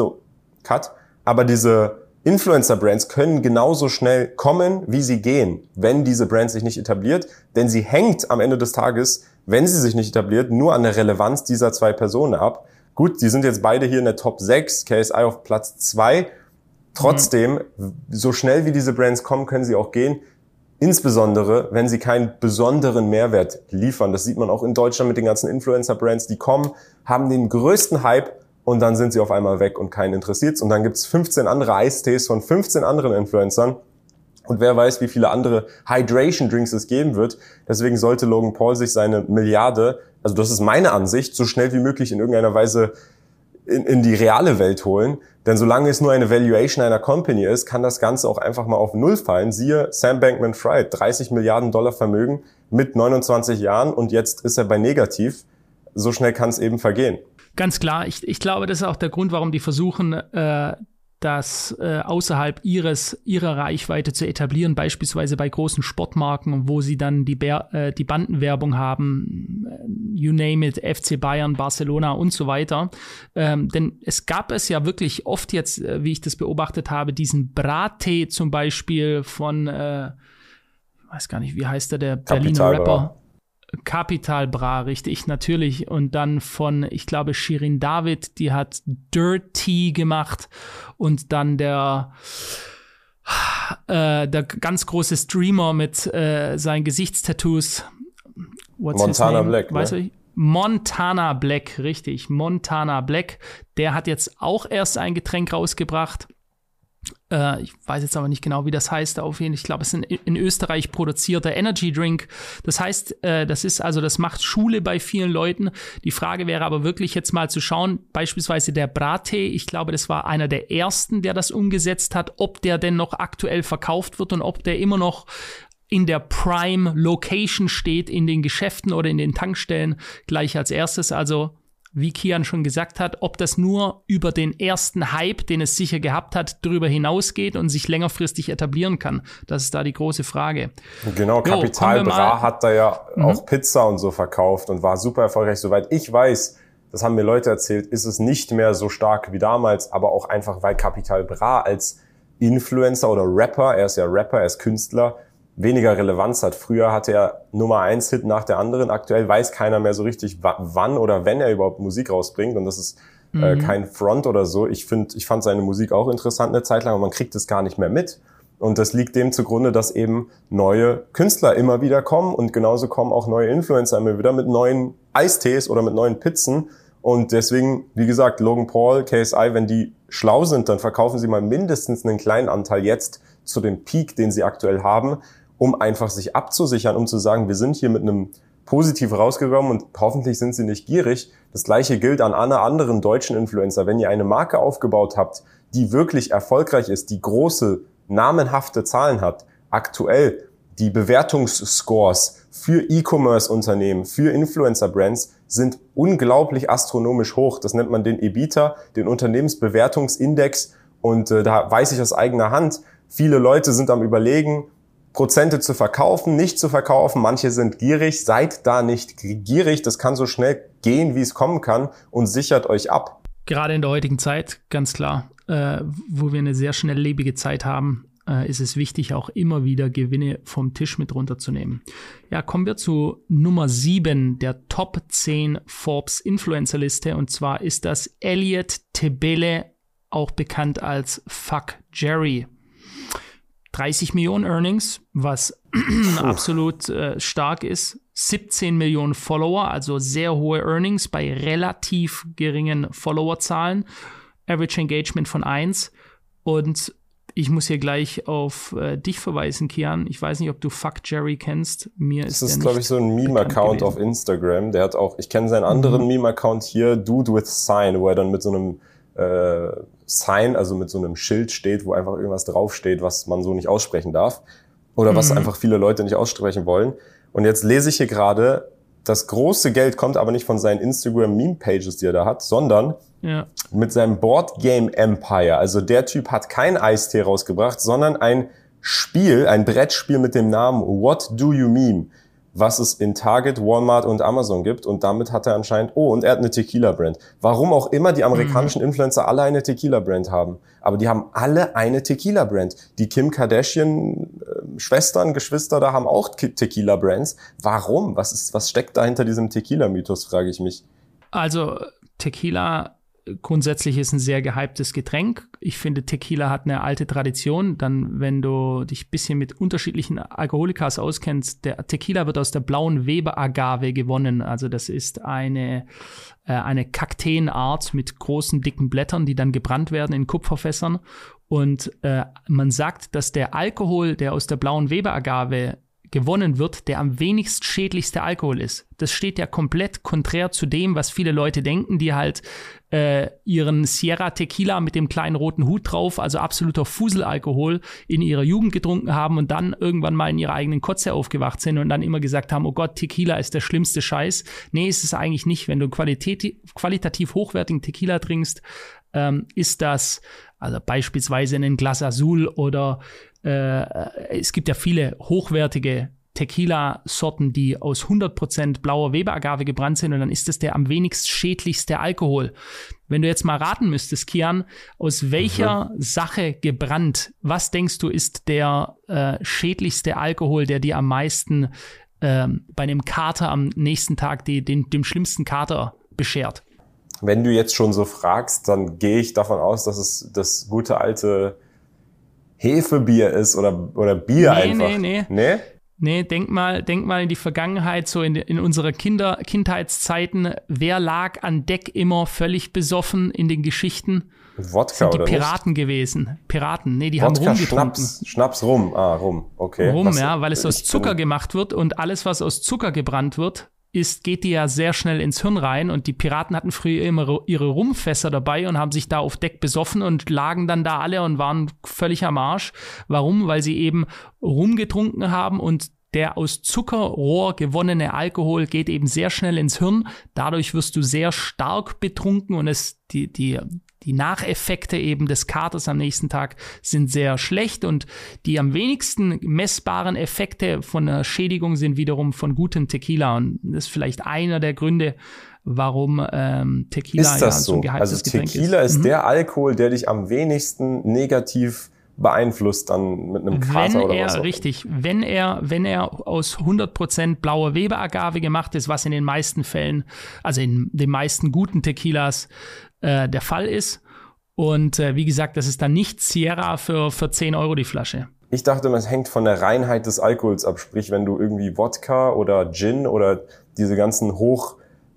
Influencer-Brands können genauso schnell kommen, wie sie gehen, wenn diese Brand sich nicht etabliert. Denn sie hängt am Ende des Tages, wenn sie sich nicht etabliert, nur an der Relevanz dieser 2 Personen ab. Gut, die sind jetzt beide hier in der Top 6, KSI auf Platz 2. Trotzdem, so schnell wie diese Brands kommen, können sie auch gehen. Insbesondere, wenn sie keinen besonderen Mehrwert liefern. Das sieht man auch in Deutschland mit den ganzen Influencer-Brands. Die kommen, haben den größten Hype, und dann sind sie auf einmal weg und keinen interessiert's. Und dann gibt's 15 andere Eistees von 15 anderen Influencern. Und wer weiß, wie viele andere Hydration-Drinks es geben wird. Deswegen sollte Logan Paul sich seine Milliarde, also das ist meine Ansicht, so schnell wie möglich in irgendeiner Weise in die reale Welt holen. Denn solange es nur eine Valuation einer Company ist, kann das Ganze auch einfach mal auf Null fallen. Siehe Sam Bankman-Fried, 30 Milliarden Dollar Vermögen mit 29 Jahren und jetzt ist er bei negativ. So schnell kann es eben vergehen. Ganz klar, ich glaube, das ist auch der Grund, warum die versuchen, das außerhalb ihrer Reichweite zu etablieren, beispielsweise bei großen Sportmarken, wo sie dann die Bandenwerbung haben, you name it, FC Bayern, Barcelona und so weiter. Denn es gab es ja wirklich oft jetzt, wie ich das beobachtet habe, diesen Brattee zum Beispiel von, weiß gar nicht, wie heißt der Berliner Rapper? Capital Bra, richtig, natürlich. Und dann von, ich glaube, Shirin David, die hat Dirty gemacht. Und dann der ganz große Streamer mit seinen Gesichtstattoos. Montana Black, weißt du? Montana Black, richtig. Montana Black. Der hat jetzt auch erst ein Getränk rausgebracht. Ich weiß jetzt aber nicht genau, wie das heißt. Auf jeden Fall, ich glaube, es ist ein in Österreich produzierter Energy Drink. Das heißt, das macht Schule bei vielen Leuten. Die Frage wäre aber wirklich jetzt mal zu schauen, beispielsweise der Brattee, ich glaube, das war einer der ersten, der das umgesetzt hat, ob der denn noch aktuell verkauft wird und ob der immer noch in der Prime Location steht, in den Geschäften oder in den Tankstellen gleich als erstes. Also wie Kian schon gesagt hat, ob das nur über den ersten Hype, den es sicher gehabt hat, darüber hinausgeht und sich längerfristig etablieren kann. Das ist da die große Frage. Genau, Capital Bra hat da ja auch Pizza und so verkauft und war super erfolgreich. Soweit ich weiß, das haben mir Leute erzählt, ist es nicht mehr so stark wie damals, aber auch einfach, weil Capital Bra als Influencer oder Rapper, er ist ja Rapper, er ist Künstler, weniger Relevanz hat. Früher hatte er Nummer 1 Hit nach der anderen. Aktuell weiß keiner mehr so richtig, wann oder wenn er überhaupt Musik rausbringt. Und das ist kein Front oder so. Ich fand seine Musik auch interessant eine Zeit lang, aber man kriegt es gar nicht mehr mit. Und das liegt dem zugrunde, dass eben neue Künstler immer wieder kommen und genauso kommen auch neue Influencer immer wieder mit neuen Eistees oder mit neuen Pizzen. Und deswegen, wie gesagt, Logan Paul, KSI, wenn die schlau sind, dann verkaufen sie mal mindestens einen kleinen Anteil jetzt zu dem Peak, den sie aktuell haben, um einfach sich abzusichern, um zu sagen, wir sind hier mit einem Positiv rausgekommen und hoffentlich sind sie nicht gierig. Das Gleiche gilt an alle anderen deutschen Influencer. Wenn ihr eine Marke aufgebaut habt, die wirklich erfolgreich ist, die große, namenhafte Zahlen hat, aktuell die Bewertungsscores für E-Commerce-Unternehmen, für Influencer-Brands sind unglaublich astronomisch hoch. Das nennt man den EBITDA, den Unternehmensbewertungsindex. Und da weiß ich aus eigener Hand, viele Leute sind am Überlegen, Prozente zu verkaufen, nicht zu verkaufen. Manche sind gierig. Seid da nicht gierig. Das kann so schnell gehen, wie es kommen kann, und sichert euch ab. Gerade in der heutigen Zeit, ganz klar, wo wir eine sehr schnelllebige Zeit haben, ist es wichtig, auch immer wieder Gewinne vom Tisch mit runterzunehmen. Ja, kommen wir zu Nummer 7 der Top 10 Forbes Influencer-Liste. Und zwar ist das Elliot Tebele, auch bekannt als Fuck Jerry. 30 Millionen Earnings, was absolut stark ist. 17 Millionen Follower, also sehr hohe Earnings bei relativ geringen Followerzahlen. Average Engagement von 1. Und ich muss hier gleich auf dich verweisen, Kian. Ich weiß nicht, ob du Fuck Jerry kennst. Das ist, glaube ich, so ein Meme-Account auf Instagram. Der hat auch, ich kenne seinen anderen Meme-Account hier, Dude with Sign, wo er dann mit so einem Sign, also mit so einem Schild steht, wo einfach irgendwas draufsteht, was man so nicht aussprechen darf. Oder was einfach viele Leute nicht aussprechen wollen. Und jetzt lese ich hier gerade, das große Geld kommt aber nicht von seinen Instagram-Meme-Pages, die er da hat, sondern mit seinem Board Game Empire. Also der Typ hat kein Eistee rausgebracht, sondern ein Spiel, ein Brettspiel mit dem Namen What Do You Meme, was es in Target, Walmart und Amazon gibt. Und damit hat er anscheinend, und er hat eine Tequila-Brand. Warum auch immer die amerikanischen Influencer alle eine Tequila-Brand haben. Aber die haben alle eine Tequila-Brand. Die Kim Kardashian Geschwister da haben auch Tequila-Brands. Warum? Was steckt da hinter diesem Tequila-Mythos, frage ich mich. Also Tequila grundsätzlich ist ein sehr gehyptes Getränk. Ich finde, Tequila hat eine alte Tradition. Dann, wenn du dich ein bisschen mit unterschiedlichen Alkoholikas auskennst, der Tequila wird aus der blauen Weber-Agave gewonnen. Also das ist eine Kakteenart mit großen, dicken Blättern, die dann gebrannt werden in Kupferfässern. Und man sagt, dass der Alkohol, der aus der blauen Weber-Agave gewonnen wird, der am wenigst schädlichste Alkohol ist. Das steht ja komplett konträr zu dem, was viele Leute denken, die halt ihren Sierra Tequila mit dem kleinen roten Hut drauf, also absoluter Fuselalkohol, in ihrer Jugend getrunken haben und dann irgendwann mal in ihrer eigenen Kotze aufgewacht sind und dann immer gesagt haben, oh Gott, Tequila ist der schlimmste Scheiß. Nee, ist es eigentlich nicht. Wenn du qualitativ hochwertigen Tequila trinkst, ist das, also beispielsweise ein Glas Azul oder es gibt ja viele hochwertige Tequila-Sorten, die aus 100% blauer Weber-Agave gebrannt sind und dann ist das der am wenigst schädlichste Alkohol. Wenn du jetzt mal raten müsstest, Kian, aus welcher Sache gebrannt, was denkst du ist der schädlichste Alkohol, der dir am meisten bei einem Kater am nächsten Tag dem schlimmsten Kater beschert? Wenn du jetzt schon so fragst, dann gehe ich davon aus, dass es das gute alte Hefebier ist oder Bier einfach. Nee? Nee, denk mal in die Vergangenheit, so in unserer Kindheitszeiten. Wer lag an Deck immer völlig besoffen in den Geschichten? Wodka sind die oder Piraten nicht? gewesen. Piraten, nee, die Wodka, haben Rum getrunken. Schnaps, Rum. Rum, okay. Rum, ja, weil es aus Zucker gemacht wird und alles, was aus Zucker gebrannt wird, geht die ja sehr schnell ins Hirn rein und die Piraten hatten früher immer ihre Rumfässer dabei und haben sich da auf Deck besoffen und lagen dann da alle und waren völlig am Arsch. Warum? Weil sie eben Rum getrunken haben und der aus Zuckerrohr gewonnene Alkohol geht eben sehr schnell ins Hirn. Dadurch wirst du sehr stark betrunken und die Nacheffekte eben des Katers am nächsten Tag sind sehr schlecht und die am wenigsten messbaren Effekte von der Schädigung sind wiederum von gutem Tequila und das ist vielleicht einer der Gründe, warum Tequila ja so ein gehyptes Getränk ist. Also Tequila ist der Alkohol, der dich am wenigsten negativ beeinflusst dann mit einem Kater oder was auch. Richtig, wenn er aus 100% blauer Weber-Agave gemacht ist, was in den meisten Fällen, also in den meisten guten Tequilas der Fall ist. Und wie gesagt, das ist dann nicht Sierra für 10 Euro die Flasche. Ich dachte immer, es hängt von der Reinheit des Alkohols ab. Sprich, wenn du irgendwie Wodka oder Gin oder diese ganzen hochprozentigen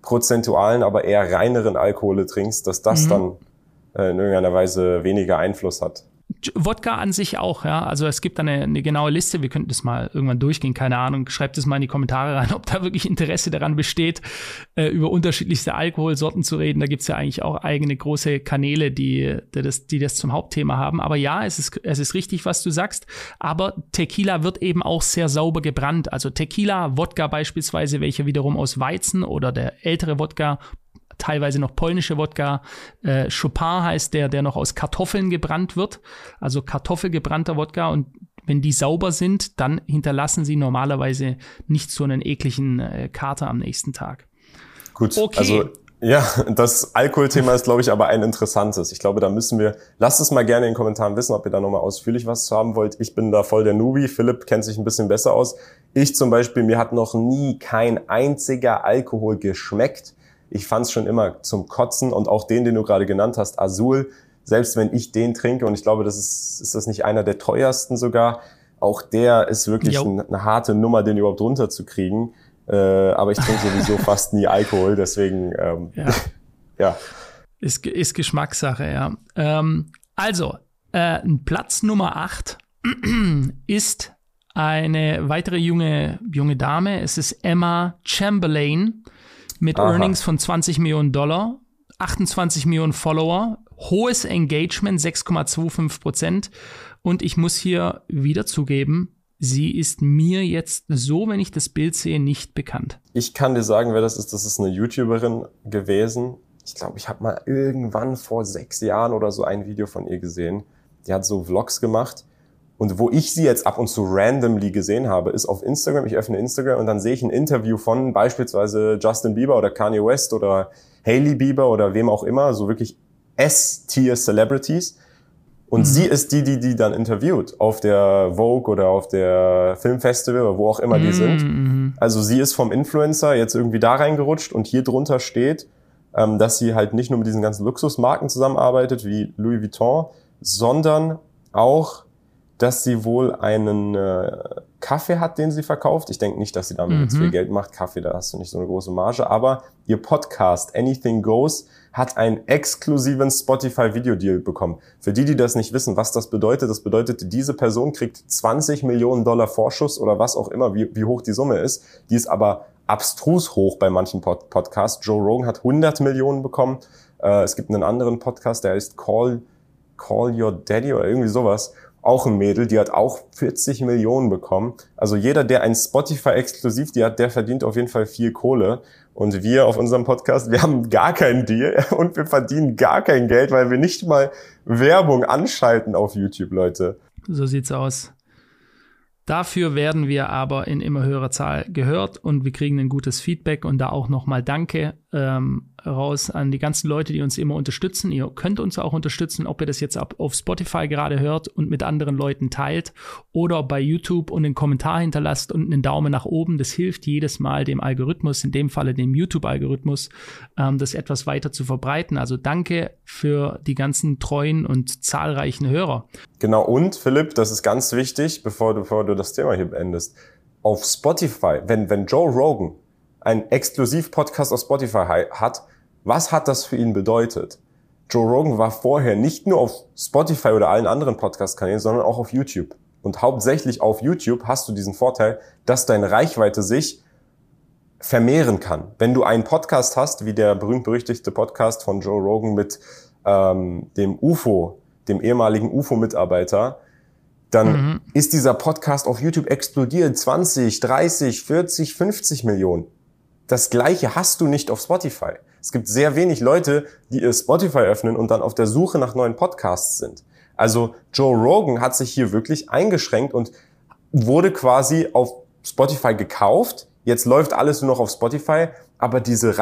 prozentualen, aber eher reineren Alkohole trinkst, dass das dann in irgendeiner Weise weniger Einfluss hat. Wodka an sich auch, ja. Also es gibt da eine genaue Liste, wir könnten das mal irgendwann durchgehen, keine Ahnung. Schreibt es mal in die Kommentare rein, ob da wirklich Interesse daran besteht, über unterschiedlichste Alkoholsorten zu reden. Da gibt's ja eigentlich auch eigene große Kanäle, die das zum Hauptthema haben. Aber ja, es ist richtig, was du sagst. Aber Tequila wird eben auch sehr sauber gebrannt. Also Tequila, Wodka beispielsweise, welcher wiederum aus Weizen oder der ältere Wodka, teilweise noch polnische Wodka, Chopin heißt der noch aus Kartoffeln gebrannt wird, also kartoffelgebrannter Wodka, und wenn die sauber sind, dann hinterlassen sie normalerweise nicht so einen ekligen Kater am nächsten Tag. Gut, okay. Also ja, das Alkoholthema ist, glaube ich, aber ein interessantes. Ich glaube, da lasst es mal gerne in den Kommentaren wissen, ob ihr da nochmal ausführlich was zu haben wollt. Ich bin da voll der Newbie, Philipp kennt sich ein bisschen besser aus. Ich zum Beispiel, mir hat noch nie kein einziger Alkohol geschmeckt. Ich fand es schon immer zum Kotzen, und auch den du gerade genannt hast, Azul, selbst wenn ich den trinke, und ich glaube, ist das nicht einer der teuersten sogar, auch der ist wirklich eine harte Nummer, den überhaupt runterzukriegen. Aber ich trinke sowieso fast nie Alkohol, deswegen, ja. Ist Geschmackssache, ja. Also, Platz Nummer 8 ist eine weitere junge Dame. Es ist Emma Chamberlain. Mit Earnings von $20 Millionen, 28 Millionen Follower, hohes Engagement, 6,25%. Und ich muss hier wieder zugeben, sie ist mir jetzt so, wenn ich das Bild sehe, nicht bekannt. Ich kann dir sagen, wer das ist. Das ist eine YouTuberin gewesen. Ich glaube, ich habe mal irgendwann vor 6 Jahren oder so ein Video von ihr gesehen. Die hat so Vlogs gemacht. Und wo ich sie jetzt ab und zu randomly gesehen habe, ist auf Instagram. Ich öffne Instagram und dann sehe ich ein Interview von beispielsweise Justin Bieber oder Kanye West oder Hailey Bieber oder wem auch immer, so wirklich S-Tier-Celebrities. Und sie ist die dann interviewt auf der Vogue oder auf der Filmfestival oder wo auch immer die sind. Also sie ist vom Influencer jetzt irgendwie da reingerutscht, und hier drunter steht, dass sie halt nicht nur mit diesen ganzen Luxusmarken zusammenarbeitet wie Louis Vuitton, sondern auch, dass sie wohl einen Kaffee hat, den sie verkauft. Ich denke nicht, dass sie damit jetzt viel Geld macht. Kaffee, da hast du nicht so eine große Marge. Aber ihr Podcast Anything Goes hat einen exklusiven Spotify-Video-Deal bekommen. Für die das nicht wissen, was das bedeutet, diese Person kriegt $20 Millionen Vorschuss oder was auch immer, wie hoch die Summe ist. Die ist aber abstrus hoch bei manchen Podcasts. Joe Rogan hat 100 Millionen bekommen. Es gibt einen anderen Podcast, der heißt Call Your Daddy oder irgendwie sowas. Auch ein Mädel, die hat auch 40 Millionen bekommen. Also jeder, der ein Spotify-Exklusiv hat, der verdient auf jeden Fall viel Kohle. Und wir auf unserem Podcast, wir haben gar keinen Deal und wir verdienen gar kein Geld, weil wir nicht mal Werbung anschalten auf YouTube, Leute. So sieht's aus. Dafür werden wir aber in immer höherer Zahl gehört und wir kriegen ein gutes Feedback, und da auch nochmal Danke raus an die ganzen Leute, die uns immer unterstützen. Ihr könnt uns auch unterstützen, ob ihr das jetzt auf Spotify gerade hört und mit anderen Leuten teilt oder bei YouTube und einen Kommentar hinterlasst und einen Daumen nach oben. Das hilft jedes Mal dem Algorithmus, in dem Falle dem YouTube-Algorithmus, das etwas weiter zu verbreiten. Also danke für die ganzen treuen und zahlreichen Hörer. Genau, und Philipp, das ist ganz wichtig, bevor du das Thema hier beendest. Auf Spotify, wenn Joe Rogan einen Exklusiv-Podcast auf Spotify hat, was hat das für ihn bedeutet? Joe Rogan war vorher nicht nur auf Spotify oder allen anderen Podcast-Kanälen, sondern auch auf YouTube. Und hauptsächlich auf YouTube hast du diesen Vorteil, dass deine Reichweite sich vermehren kann. Wenn du einen Podcast hast, wie der berühmt-berüchtigte Podcast von Joe Rogan mit dem UFO, dem ehemaligen UFO-Mitarbeiter, dann ist dieser Podcast auf YouTube explodiert. 20, 30, 40, 50 Millionen. Das Gleiche hast du nicht auf Spotify. Es gibt sehr wenig Leute, die ihr Spotify öffnen und dann auf der Suche nach neuen Podcasts sind. Also Joe Rogan hat sich hier wirklich eingeschränkt und wurde quasi auf Spotify gekauft. Jetzt läuft alles nur noch auf Spotify, aber diese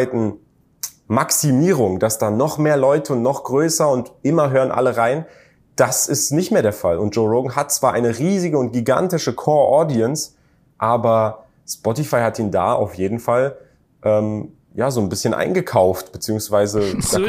Reichweitenmaximierung, dass da noch mehr Leute und noch größer und immer hören alle rein, das ist nicht mehr der Fall. Und Joe Rogan hat zwar eine riesige und gigantische Core-Audience, aber Spotify hat ihn da auf jeden Fall so ein bisschen eingekauft, beziehungsweise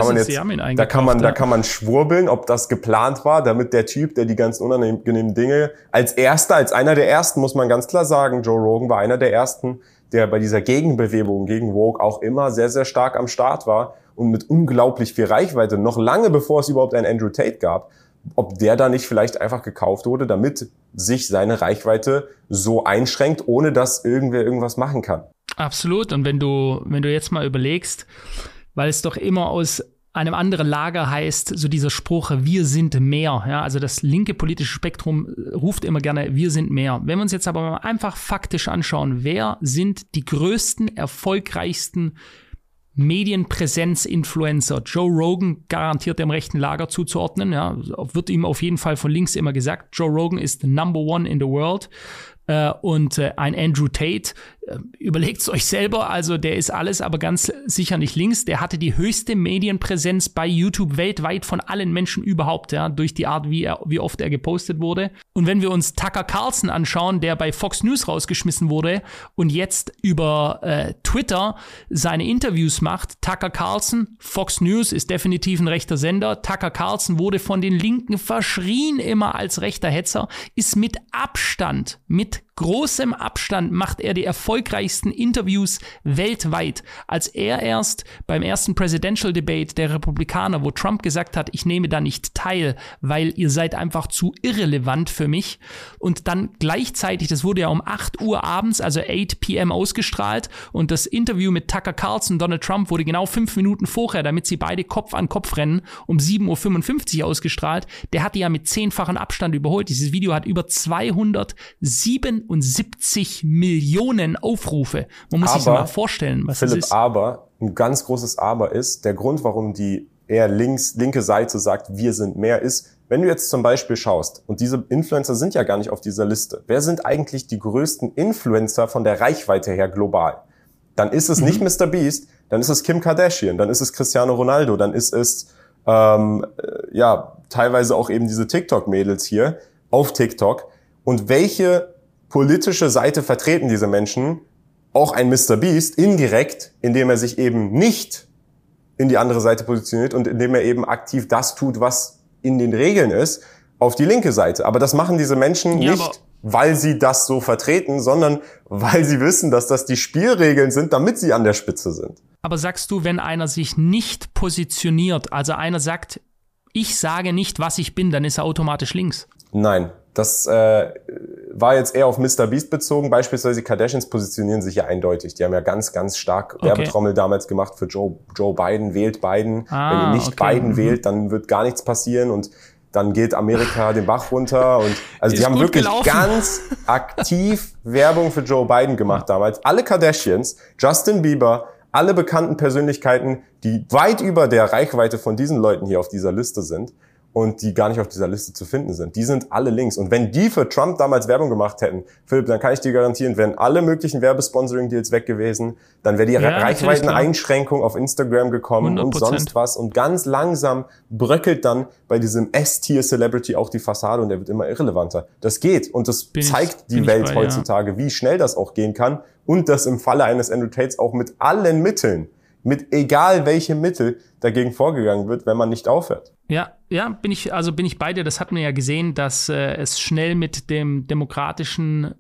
da kann man schwurbeln, ob das geplant war, damit der Typ, der die ganzen unangenehmen Dinge als einer der ersten, muss man ganz klar sagen, Joe Rogan war einer der ersten, der bei dieser Gegenbewegung gegen Woke auch immer sehr, sehr stark am Start war und mit unglaublich viel Reichweite, noch lange bevor es überhaupt einen Andrew Tate gab, ob der da nicht vielleicht einfach gekauft wurde, damit sich seine Reichweite so einschränkt, ohne dass irgendwer irgendwas machen kann. Absolut. Und wenn du jetzt mal überlegst, weil es doch immer aus einem anderen Lager heißt, so dieser Spruch, wir sind mehr. Ja, also das linke politische Spektrum ruft immer gerne, wir sind mehr. Wenn wir uns jetzt aber mal einfach faktisch anschauen, wer sind die größten, erfolgreichsten Medienpräsenz-Influencer? Joe Rogan garantiert dem rechten Lager zuzuordnen. Ja, wird ihm auf jeden Fall von links immer gesagt. Joe Rogan ist the number one in the world. Und ein Andrew Tate, überlegt's euch selber, also der ist alles, aber ganz sicher nicht links. Der hatte die höchste Medienpräsenz bei YouTube weltweit von allen Menschen überhaupt, ja, durch die Art, wie oft er gepostet wurde. Und wenn wir uns Tucker Carlson anschauen, der bei Fox News rausgeschmissen wurde und jetzt über Twitter seine Interviews macht, Tucker Carlson, Fox News ist definitiv ein rechter Sender. Tucker Carlson wurde von den Linken verschrien immer als rechter Hetzer, ist mit großem Abstand macht er die erfolgreichsten Interviews weltweit. Als er erst beim ersten Presidential Debate der Republikaner, wo Trump gesagt hat, ich nehme da nicht teil, weil ihr seid einfach zu irrelevant für mich. Und dann gleichzeitig, das wurde ja um 8 Uhr abends, also 8 p.m. ausgestrahlt. Und das Interview mit Tucker Carlson, Donald Trump, wurde genau 5 Minuten vorher, damit sie beide Kopf an Kopf rennen, um 7.55 Uhr ausgestrahlt. Der hat die ja mit 10-fachen Abstand überholt. Dieses Video hat über 277 Millionen Aufrufe. Man muss sich das mal vorstellen, was Philipp, das ist. Aber, ein ganz großes Aber ist, der Grund, warum die eher linke Seite sagt, wir sind mehr, ist, wenn du jetzt zum Beispiel schaust, und diese Influencer sind ja gar nicht auf dieser Liste, wer sind eigentlich die größten Influencer von der Reichweite her global? Dann ist es nicht Mr. Beast, dann ist es Kim Kardashian, dann ist es Cristiano Ronaldo, dann ist es teilweise auch eben diese TikTok-Mädels hier auf TikTok. Und welche politische Seite vertreten diese Menschen? Auch ein Mr. Beast indirekt, indem er sich eben nicht in die andere Seite positioniert und indem er eben aktiv das tut, was in den Regeln ist, auf die linke Seite. Aber das machen diese Menschen nicht, weil sie das so vertreten, sondern weil sie wissen, dass das die Spielregeln sind, damit sie an der Spitze sind. Aber sagst du, wenn einer sich nicht positioniert, also einer sagt, ich sage nicht, was ich bin, dann ist er automatisch links? Nein, das war jetzt eher auf Mr. Beast bezogen. Beispielsweise die Kardashians positionieren sich ja eindeutig. Die haben ja ganz, ganz stark Werbetrommel damals gemacht für Joe Biden, wählt Biden. Wenn ihr nicht Biden wählt, dann wird gar nichts passieren und dann geht Amerika den Bach runter. Und also die haben wirklich ganz aktiv Werbung für Joe Biden gemacht damals. Alle Kardashians, Justin Bieber, alle bekannten Persönlichkeiten, die weit über der Reichweite von diesen Leuten hier auf dieser Liste sind und die gar nicht auf dieser Liste zu finden sind. Die sind alle links. Und wenn die für Trump damals Werbung gemacht hätten, Philipp, dann kann ich dir garantieren, wären alle möglichen Werbesponsoring-Deals weg gewesen, dann wäre die Reichweiteneinschränkung auf Instagram gekommen 100%. Und sonst was. Und ganz langsam bröckelt dann bei diesem S-Tier-Celebrity auch die Fassade und der wird immer irrelevanter. Das geht. Und das zeigt die Welt heutzutage, wie schnell das auch gehen kann. Und dass im Falle eines Andrew Tates auch mit allen Mitteln, mit egal welchem Mittel dagegen vorgegangen wird, wenn man nicht aufhört. Ja, bin ich bei dir. Das hat man ja gesehen, dass es schnell mit dem demokratischen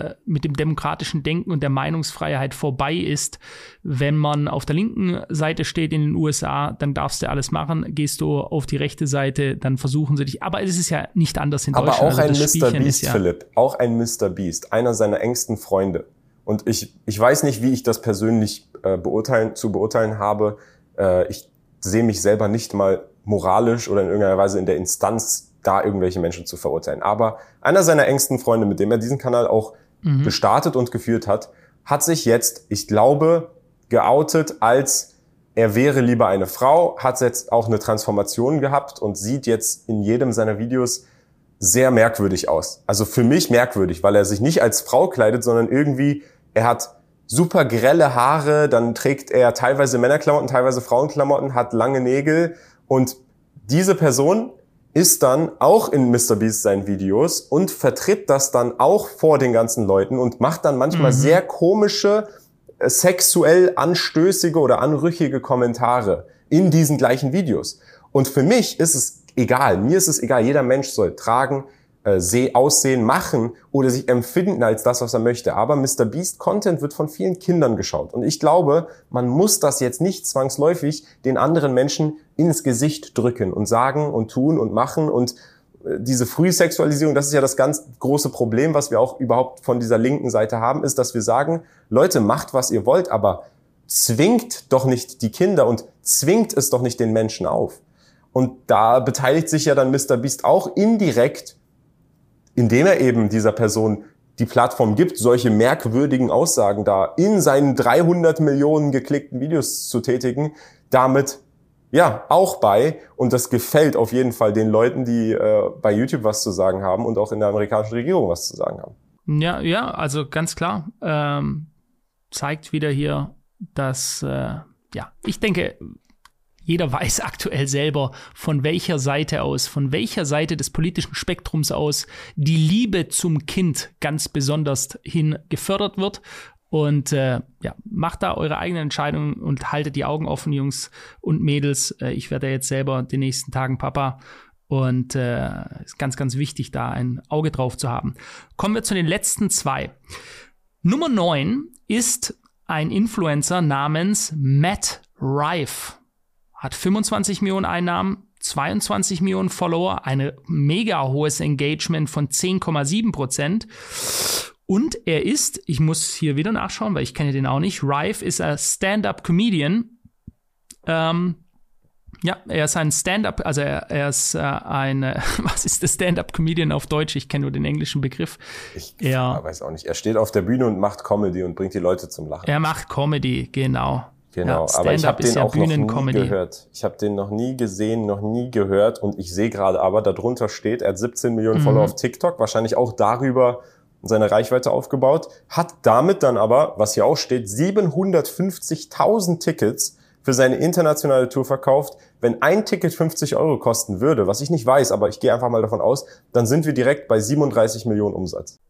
Denken und der Meinungsfreiheit vorbei ist. Wenn man auf der linken Seite steht in den USA, dann darfst du alles machen. Gehst du auf die rechte Seite, dann versuchen sie dich. Aber es ist ja nicht anders in Deutschland. Aber auch ein Mr. Beast, Philipp, auch ein Mr. Beast, einer seiner engsten Freunde. Und ich weiß nicht, wie ich das persönlich zu beurteilen habe. Ich sehe mich selber nicht mal moralisch oder in irgendeiner Weise in der Instanz, da irgendwelche Menschen zu verurteilen. Aber einer seiner engsten Freunde, mit dem er diesen Kanal auch gestartet und geführt hat, hat sich jetzt, ich glaube, geoutet als er wäre lieber eine Frau, hat jetzt auch eine Transformation gehabt und sieht jetzt in jedem seiner Videos sehr merkwürdig aus. Also für mich merkwürdig, weil er sich nicht als Frau kleidet, sondern irgendwie, er hat super grelle Haare, dann trägt er teilweise Männerklamotten, teilweise Frauenklamotten, hat lange Nägel und diese Person ist dann auch in Mr. Beast seinen Videos und vertritt das dann auch vor den ganzen Leuten und macht dann manchmal sehr komische, sexuell anstößige oder anrüchige Kommentare in diesen gleichen Videos. Und für mich ist es egal, mir ist es egal, jeder Mensch soll tragen, Aussehen, machen oder sich empfinden als das, was er möchte. Aber MrBeast-Content wird von vielen Kindern geschaut. Und ich glaube, man muss das jetzt nicht zwangsläufig den anderen Menschen ins Gesicht drücken und sagen und tun und machen. Und diese Frühsexualisierung, das ist ja das ganz große Problem, was wir auch überhaupt von dieser linken Seite haben, ist, dass wir sagen, Leute, macht, was ihr wollt, aber zwingt doch nicht die Kinder und zwingt es doch nicht den Menschen auf. Und da beteiligt sich ja dann MrBeast auch indirekt, indem er eben dieser Person die Plattform gibt, solche merkwürdigen Aussagen da in seinen 300 Millionen geklickten Videos zu tätigen, damit ja auch bei. Und das gefällt auf jeden Fall den Leuten, die bei YouTube was zu sagen haben und auch in der amerikanischen Regierung was zu sagen haben. Ja, also ganz klar. Zeigt wieder hier, dass, ich denke, jeder weiß aktuell selber, von welcher Seite des politischen Spektrums aus die Liebe zum Kind ganz besonders hin gefördert wird. Und macht da eure eigenen Entscheidungen und haltet die Augen offen, Jungs und Mädels. Ich werde jetzt selber den nächsten Tagen Papa. Und ist ganz, ganz wichtig, da ein Auge drauf zu haben. Kommen wir zu den letzten 2. Nummer 9 ist ein Influencer namens Matt Rife. Hat 25 Millionen Einnahmen, 22 Millionen Follower, ein mega hohes Engagement von 10,7%. Und er ist, ich muss hier wieder nachschauen, weil ich kenne den auch nicht, Rife ist ein Stand-Up-Comedian. Er ist ein Stand-Up, also er ist was ist der Stand-Up-Comedian auf Deutsch? Ich kenne nur den englischen Begriff. Ich weiß auch nicht. Er steht auf der Bühne und macht Comedy und bringt die Leute zum Lachen. Er macht Comedy, genau. Genau, ja, aber ich habe den auch noch nie gehört. Ich habe den noch nie gesehen, noch nie gehört und ich sehe gerade aber, darunter steht, er hat 17 Millionen Follower auf TikTok, wahrscheinlich auch darüber seine Reichweite aufgebaut, hat damit dann aber, was hier auch steht, 750.000 Tickets für seine internationale Tour verkauft. Wenn ein Ticket 50 € kosten würde, was ich nicht weiß, aber ich gehe einfach mal davon aus, dann sind wir direkt bei 37 Millionen Umsatz.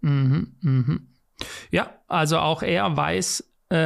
Ja, also auch er weiß,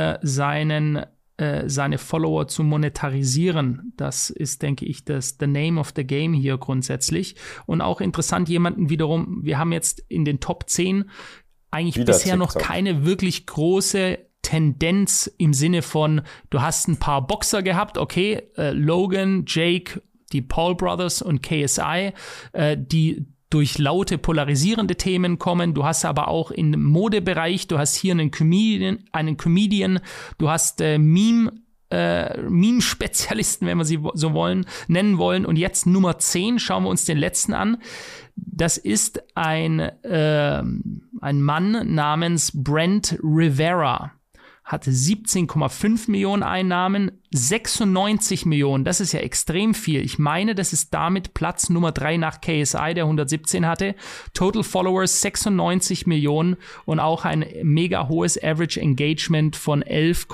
seine Follower zu monetarisieren. Das ist, denke ich, the name of the game hier grundsätzlich. Und auch interessant, jemanden wiederum, wir haben jetzt in den Top 10 eigentlich wieder bisher TikTok. Noch keine wirklich große Tendenz im Sinne von, du hast ein paar Boxer gehabt, okay, Logan, Jake, die Paul Brothers und KSI, die durch laute, polarisierende Themen kommen. Du hast aber auch im Modebereich, du hast hier einen Comedian, du hast Meme-Spezialisten, wenn wir sie so nennen wollen. Und jetzt Nummer 10, schauen wir uns den letzten an. Das ist ein Mann namens Brent Rivera. Hatte 17,5 Millionen Einnahmen, 96 Millionen, das ist ja extrem viel. Ich meine, das ist damit Platz Nummer 3 nach KSI, der 117 hatte. Total Followers 96 Millionen und auch ein mega hohes Average Engagement von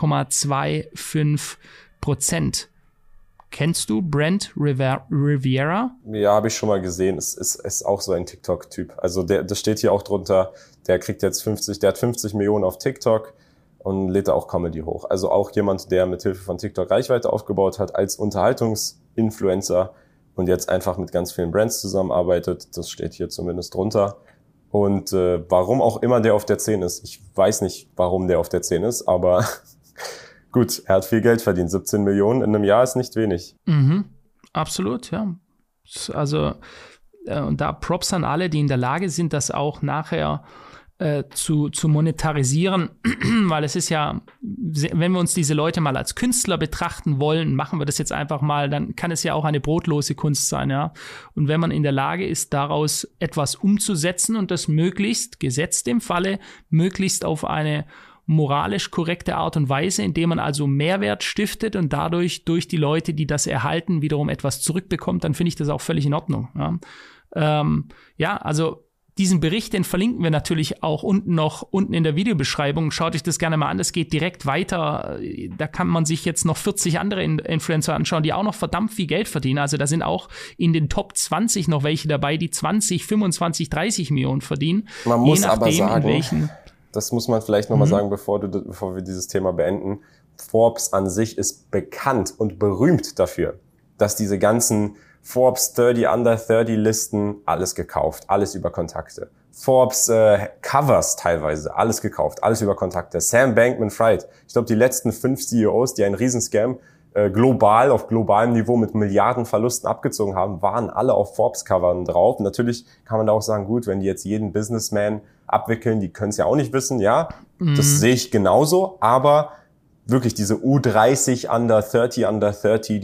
11,25%. Kennst du Brent Rivera? Ja, habe ich schon mal gesehen. Es ist auch so ein TikTok-Typ. Also das steht hier auch drunter, der hat 50 Millionen auf TikTok. Und lädt da auch Comedy hoch. Also auch jemand, der mit Hilfe von TikTok Reichweite aufgebaut hat als Unterhaltungsinfluencer und jetzt einfach mit ganz vielen Brands zusammenarbeitet. Das steht hier zumindest drunter. Und warum auch immer der auf der 10 ist. Ich weiß nicht, warum der auf der 10 ist, aber gut, er hat viel Geld verdient. 17 Millionen in einem Jahr ist nicht wenig. Absolut, ja. Also und da Props an alle, die in der Lage sind, das auch nachher zu monetarisieren, weil es ist ja, wenn wir uns diese Leute mal als Künstler betrachten wollen, machen wir das jetzt einfach mal, dann kann es ja auch eine brotlose Kunst sein, ja. Und wenn man in der Lage ist, daraus etwas umzusetzen und das möglichst, gesetzt im Falle, möglichst auf eine moralisch korrekte Art und Weise, indem man also Mehrwert stiftet und dadurch durch die Leute, die das erhalten, wiederum etwas zurückbekommt, dann finde ich das auch völlig in Ordnung, ja. Also diesen Bericht, den verlinken wir natürlich auch unten in der Videobeschreibung. Schaut euch das gerne mal an, das geht direkt weiter. Da kann man sich jetzt noch 40 andere Influencer anschauen, die auch noch verdammt viel Geld verdienen. Also da sind auch in den Top 20 noch welche dabei, die 20, 25, 30 Millionen verdienen. Man muss aber sagen, das muss man vielleicht nochmal sagen, bevor wir dieses Thema beenden. Forbes an sich ist bekannt und berühmt dafür, dass diese ganzen Forbes 30 Under 30 Listen, alles gekauft, alles über Kontakte. Forbes Covers teilweise, alles gekauft, alles über Kontakte. Sam Bankman-Fried, ich glaube die letzten 5 CEOs, die einen Riesenscam global, auf globalem Niveau mit Milliardenverlusten abgezogen haben, waren alle auf Forbes-Covern drauf. Natürlich kann man da auch sagen, gut, wenn die jetzt jeden Businessman abwickeln, die können es ja auch nicht wissen, ja, das sehe ich genauso, aber wirklich diese U30 Under 30,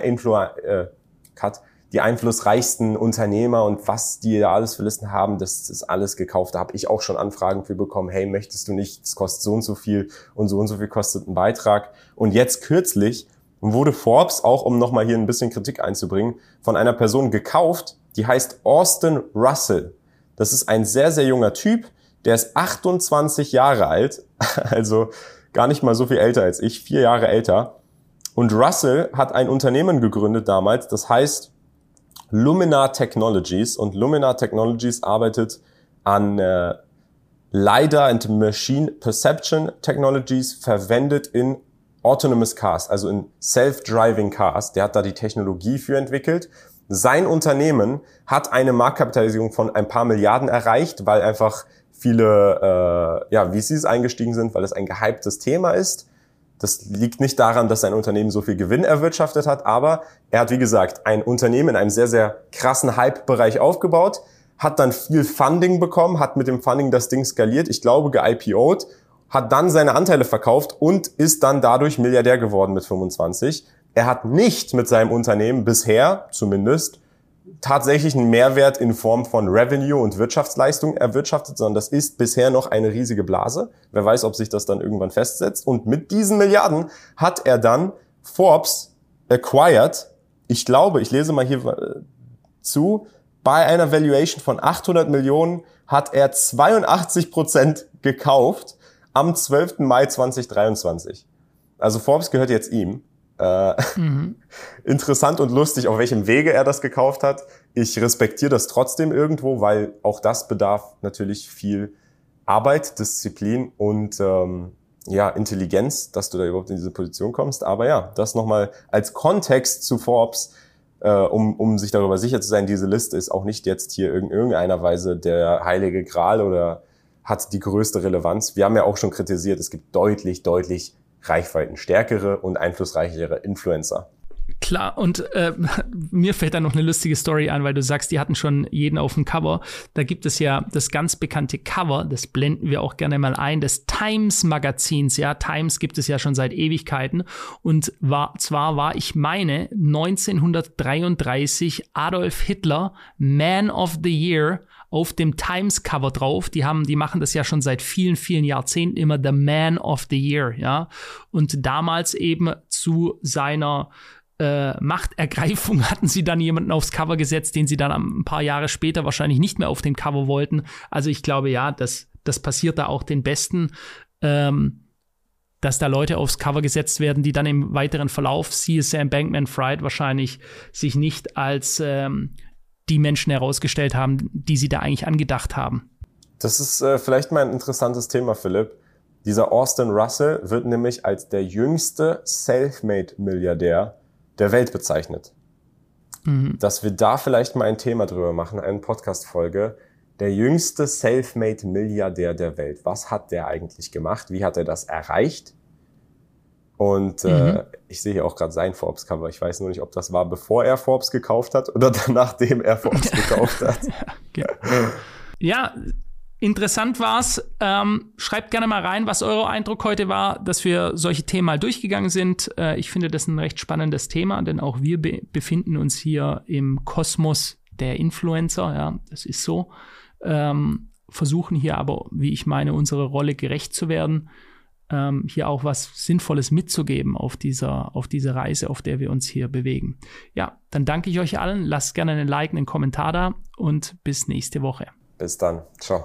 die einflussreichsten Unternehmer und was die da alles für Listen haben, das ist alles gekauft. Da habe ich auch schon Anfragen für bekommen, hey, möchtest du nicht, es kostet so und so viel kostet ein Beitrag. Und jetzt kürzlich wurde Forbes, auch um nochmal hier ein bisschen Kritik einzubringen, von einer Person gekauft, die heißt Austin Russell. Das ist ein sehr, sehr junger Typ, der ist 28 Jahre alt, also gar nicht mal so viel älter als ich, 4 Jahre älter. Und Russell hat ein Unternehmen gegründet damals, das heißt Luminar Technologies. Und Luminar Technologies arbeitet an LiDAR and Machine Perception Technologies, verwendet in Autonomous Cars, also in Self-Driving Cars. Der hat da die Technologie für entwickelt. Sein Unternehmen hat eine Marktkapitalisierung von ein paar Milliarden erreicht, weil einfach viele VCs eingestiegen sind, weil es ein gehyptes Thema ist. Das liegt nicht daran, dass sein Unternehmen so viel Gewinn erwirtschaftet hat, aber er hat, wie gesagt, ein Unternehmen in einem sehr, sehr krassen Hype-Bereich aufgebaut, hat dann viel Funding bekommen, hat mit dem Funding das Ding skaliert, ich glaube ge-IPO'd, hat dann seine Anteile verkauft und ist dann dadurch Milliardär geworden mit 25. Er hat nicht mit seinem Unternehmen bisher zumindest tatsächlich einen Mehrwert in Form von Revenue und Wirtschaftsleistung erwirtschaftet, sondern das ist bisher noch eine riesige Blase. Wer weiß, ob sich das dann irgendwann festsetzt. Und mit diesen Milliarden hat er dann Forbes acquired. Ich glaube, ich lese mal hier zu, bei einer Valuation von 800 Millionen hat er 82% gekauft am 12. Mai 2023. Also Forbes gehört jetzt ihm. Interessant und lustig, auf welchem Wege er das gekauft hat. Ich respektiere das trotzdem irgendwo, weil auch das bedarf natürlich viel Arbeit, Disziplin und Intelligenz, dass du da überhaupt in diese Position kommst. Aber ja, das nochmal als Kontext zu Forbes, um sich darüber sicher zu sein, diese Liste ist auch nicht jetzt hier in irgendeiner Weise der heilige Gral oder hat die größte Relevanz. Wir haben ja auch schon kritisiert, es gibt deutlich reichweitenstärkere und einflussreichere Influencer. Klar, und mir fällt da noch eine lustige Story ein, weil du sagst, die hatten schon jeden auf dem Cover. Da gibt es ja das ganz bekannte Cover, das blenden wir auch gerne mal ein, des Times-Magazins. Ja, Times gibt es ja schon seit Ewigkeiten. Und zwar war, ich meine, 1933 Adolf Hitler Man of the Year auf dem Times-Cover drauf. Die machen das ja schon seit vielen, vielen Jahrzehnten immer The Man of the Year, ja. Und damals eben zu seiner Machtergreifung hatten sie dann jemanden aufs Cover gesetzt, den sie dann ein paar Jahre später wahrscheinlich nicht mehr auf dem Cover wollten. Also ich glaube, ja, das passiert da auch den Besten, dass da Leute aufs Cover gesetzt werden, die dann im weiteren Verlauf, siehe Sam Bankman-Fried, wahrscheinlich sich nicht als die Menschen herausgestellt haben, die sie da eigentlich angedacht haben. Das ist vielleicht mal ein interessantes Thema, Philipp. Dieser Austin Russell wird nämlich als der jüngste Selfmade-Milliardär der Welt bezeichnet. Dass wir da vielleicht mal ein Thema drüber machen, eine Podcast-Folge. Der jüngste Selfmade-Milliardär der Welt. Was hat der eigentlich gemacht? Wie hat er das erreicht? Und ich sehe hier auch gerade sein Forbes-Cover. Ich weiß nur nicht, ob das war, bevor er Forbes gekauft hat oder nachdem er Forbes gekauft hat. Ja, interessant war's. Schreibt gerne mal rein, was euer Eindruck heute war, dass wir solche Themen mal durchgegangen sind. Ich finde das ein recht spannendes Thema, denn auch wir befinden uns hier im Kosmos der Influencer. Ja, das ist so. Versuchen hier aber, wie ich meine, unserer Rolle gerecht zu werden. Hier auch was Sinnvolles mitzugeben auf diese Reise, auf der wir uns hier bewegen. Ja, dann danke ich euch allen. Lasst gerne einen Like, einen Kommentar da und bis nächste Woche. Bis dann. Ciao.